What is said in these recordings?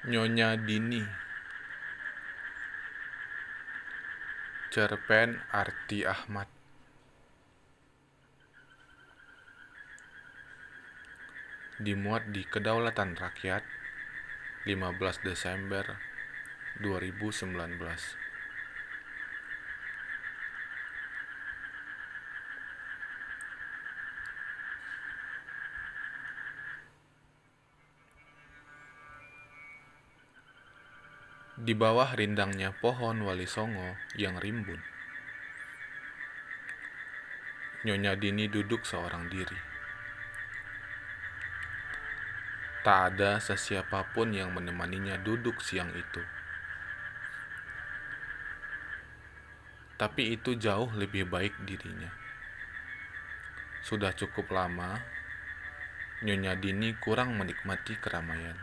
Nyonya Dini, cerpen Arti Ahmad. Dimuat di Kedaulatan Rakyat, 15 Desember 2019. Di bawah rindangnya pohon wali songo yang rimbun, Nyonya Dini duduk seorang diri. Tak ada sesiapapun yang menemaninya duduk siang itu. Tapi itu jauh lebih baik dirinya. Sudah cukup lama, Nyonya Dini kurang menikmati keramaian.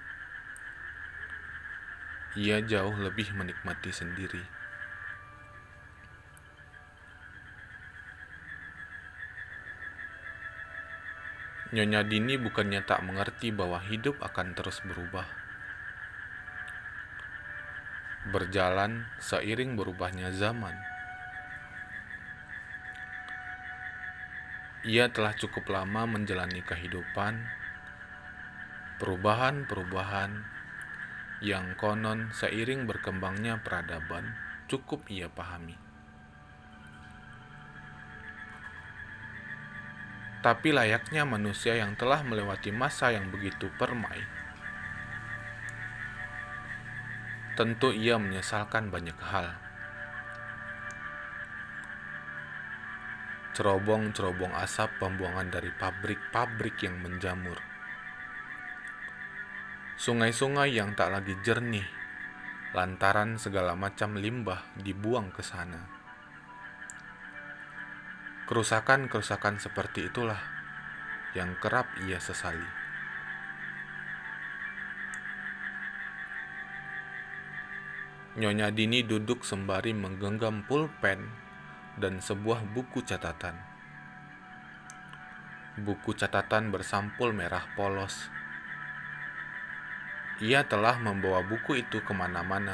Ia jauh lebih menikmati sendiri. Nyonya Dini bukannya tak mengerti bahwa hidup akan terus berubah. Berjalan seiring berubahnya zaman. Ia telah cukup lama menjalani kehidupan, perubahan-perubahan yang konon seiring berkembangnya peradaban cukup ia pahami. Tapi layaknya manusia yang telah melewati masa yang begitu permai, tentu ia menyesalkan banyak hal. Cerobong-cerobong asap pembuangan dari pabrik-pabrik yang menjamur. Sungai-sungai yang tak lagi jernih lantaran segala macam limbah dibuang ke sana. Kerusakan-kerusakan seperti itulah yang kerap ia sesali. Nyonya Dini duduk sembari menggenggam pulpen dan sebuah buku catatan. Buku catatan bersampul merah polos. Ia telah membawa buku itu kemana-mana.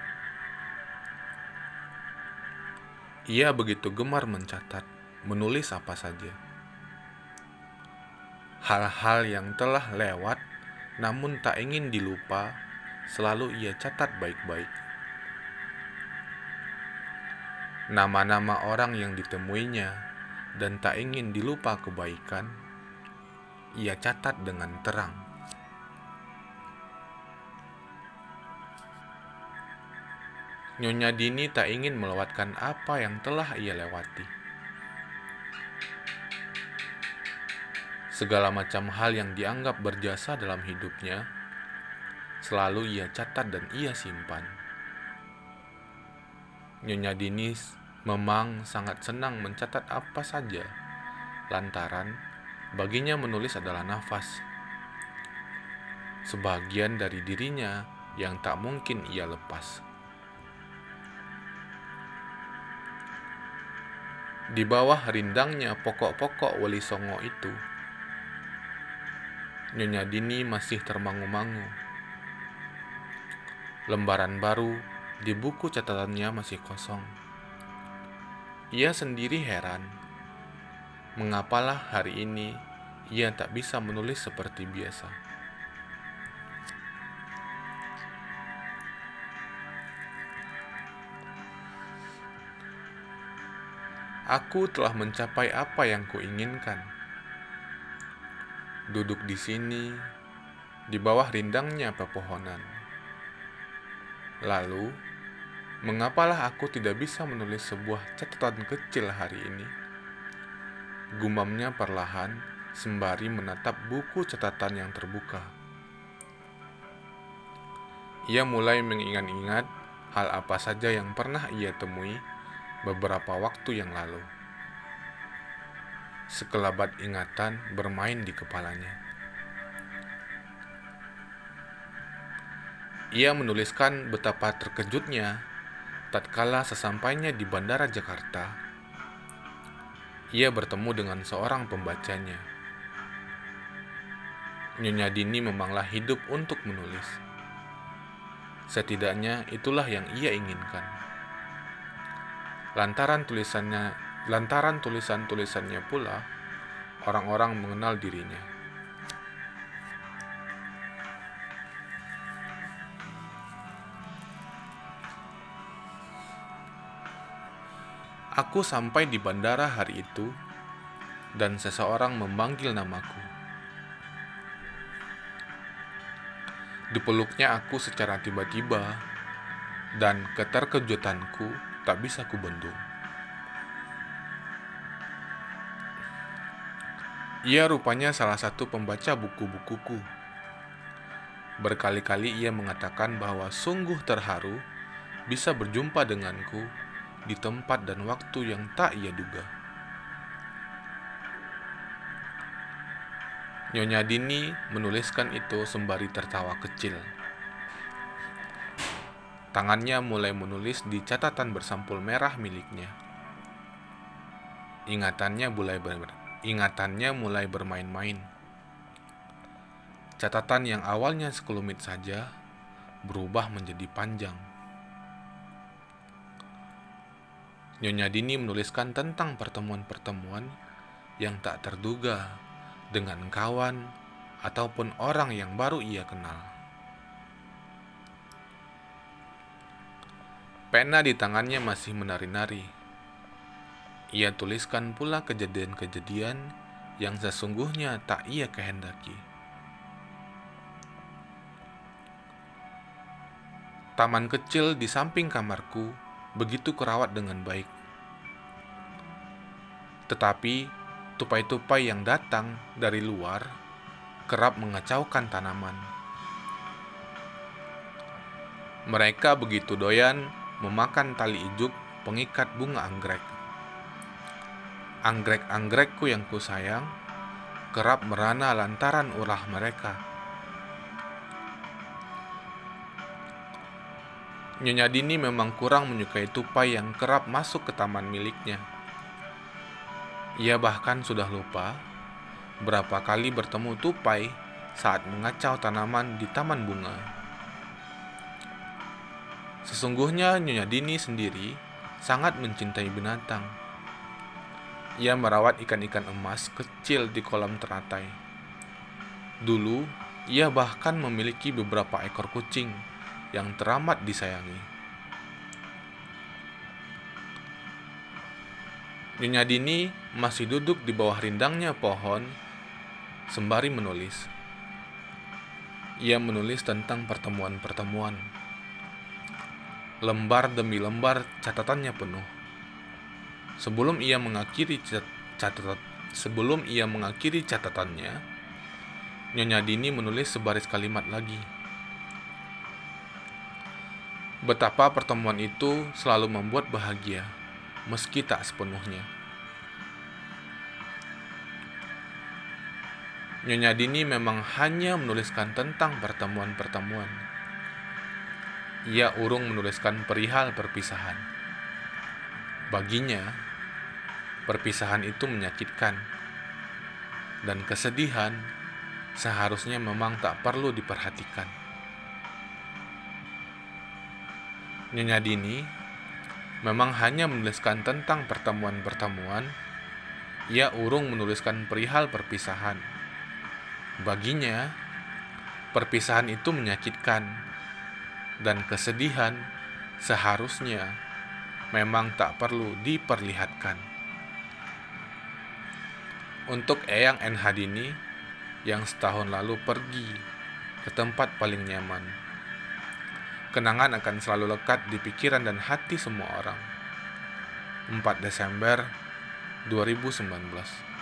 Ia begitu gemar mencatat, menulis apa saja. Hal-hal yang telah lewat namun tak ingin dilupa, selalu ia catat baik-baik. Nama-nama orang yang ditemuinya dan tak ingin dilupa kebaikan, ia catat dengan terang. Nyonya Dini tak ingin melewatkan apa yang telah ia lewati. Segala macam hal yang dianggap berjasa dalam hidupnya, selalu ia catat dan ia simpan. Nyonya Dini memang sangat senang mencatat apa saja, lantaran baginya menulis adalah nafas. Sebagian dari dirinya yang tak mungkin ia lepas. Di bawah rindangnya pokok-pokok wali songo itu, Nyonya Dini masih termangu-mangu. Lembaran baru di buku catatannya masih kosong. Ia sendiri heran, mengapalah hari ini ia tak bisa menulis seperti biasa. Aku telah mencapai apa yang kuinginkan. Duduk di sini, di bawah rindangnya pepohonan. Lalu, mengapalah aku tidak bisa menulis sebuah catatan kecil hari ini? Gumamnya perlahan, sembari menatap buku catatan yang terbuka. Ia mulai mengingat-ingat hal apa saja yang pernah ia temui beberapa waktu yang lalu. Sekelebat ingatan bermain di kepalanya. Ia menuliskan betapa terkejutnya tatkala sesampainya di Bandara Jakarta, ia bertemu dengan seorang pembacanya. Nyonya Dini memanglah hidup untuk menulis. Setidaknya itulah yang ia inginkan. Lantaran tulisan-tulisannya pula, orang-orang mengenal dirinya. Aku sampai di bandara hari itu, dan seseorang memanggil namaku. Dipeluknya aku secara tiba-tiba, dan keterkejutanku tak bisa kubendung. Ia rupanya salah satu pembaca buku-bukuku. Berkali-kali ia mengatakan bahwa sungguh terharu bisa berjumpa denganku di tempat dan waktu yang tak ia duga. Nyonya Dini menuliskan itu sembari tertawa kecil. Tangannya mulai menulis di catatan bersampul merah miliknya. Ingatannya mulai bermain-main. Catatan yang awalnya sekelumit saja berubah menjadi panjang. Nyonya Dini menuliskan tentang pertemuan-pertemuan yang tak terduga dengan kawan ataupun orang yang baru ia kenal. Pena di tangannya masih menari-nari. Ia tuliskan pula kejadian-kejadian yang sesungguhnya tak ia kehendaki. Taman kecil di samping kamarku begitu kerawat dengan baik. Tetapi tupai-tupai yang datang dari luar kerap mengacaukan tanaman. Mereka begitu doyan memakan tali ijuk pengikat bunga anggrek. Anggrek-anggrekku yang kusayang kerap merana lantaran ulah mereka. Nyonya Dini memang kurang menyukai tupai yang kerap masuk ke taman miliknya. Ia bahkan sudah lupa berapa kali bertemu tupai saat mengacau tanaman di taman bunga. Sesungguhnya Nyonya Dini sendiri sangat mencintai binatang. Ia merawat ikan-ikan emas kecil di kolam teratai. Dulu, ia bahkan memiliki beberapa ekor kucing yang teramat disayangi. Nyonya Dini masih duduk di bawah rindangnya pohon sembari menulis. Ia menulis tentang pertemuan-pertemuan. Lembar demi lembar catatannya penuh. Sebelum ia mengakhiri catatannya, Nyonya Dini menulis sebaris kalimat lagi. Betapa pertemuan itu selalu membuat bahagia, meski tak sepenuhnya. Nyonya Dini memang hanya menuliskan tentang pertemuan-pertemuan. Ia urung menuliskan perihal perpisahan. Baginya, perpisahan itu menyakitkan, dan kesedihan seharusnya memang tak perlu diperhatikan. Nyonya Dini memang hanya menuliskan tentang pertemuan-pertemuan. Ia urung menuliskan perihal perpisahan. Baginya, perpisahan itu menyakitkan, dan kesedihan seharusnya memang tak perlu diperlihatkan. Untuk Eyang NH Dini yang setahun lalu pergi ke tempat paling nyaman, kenangan akan selalu lekat di pikiran dan hati semua orang. 4 Desember 2019.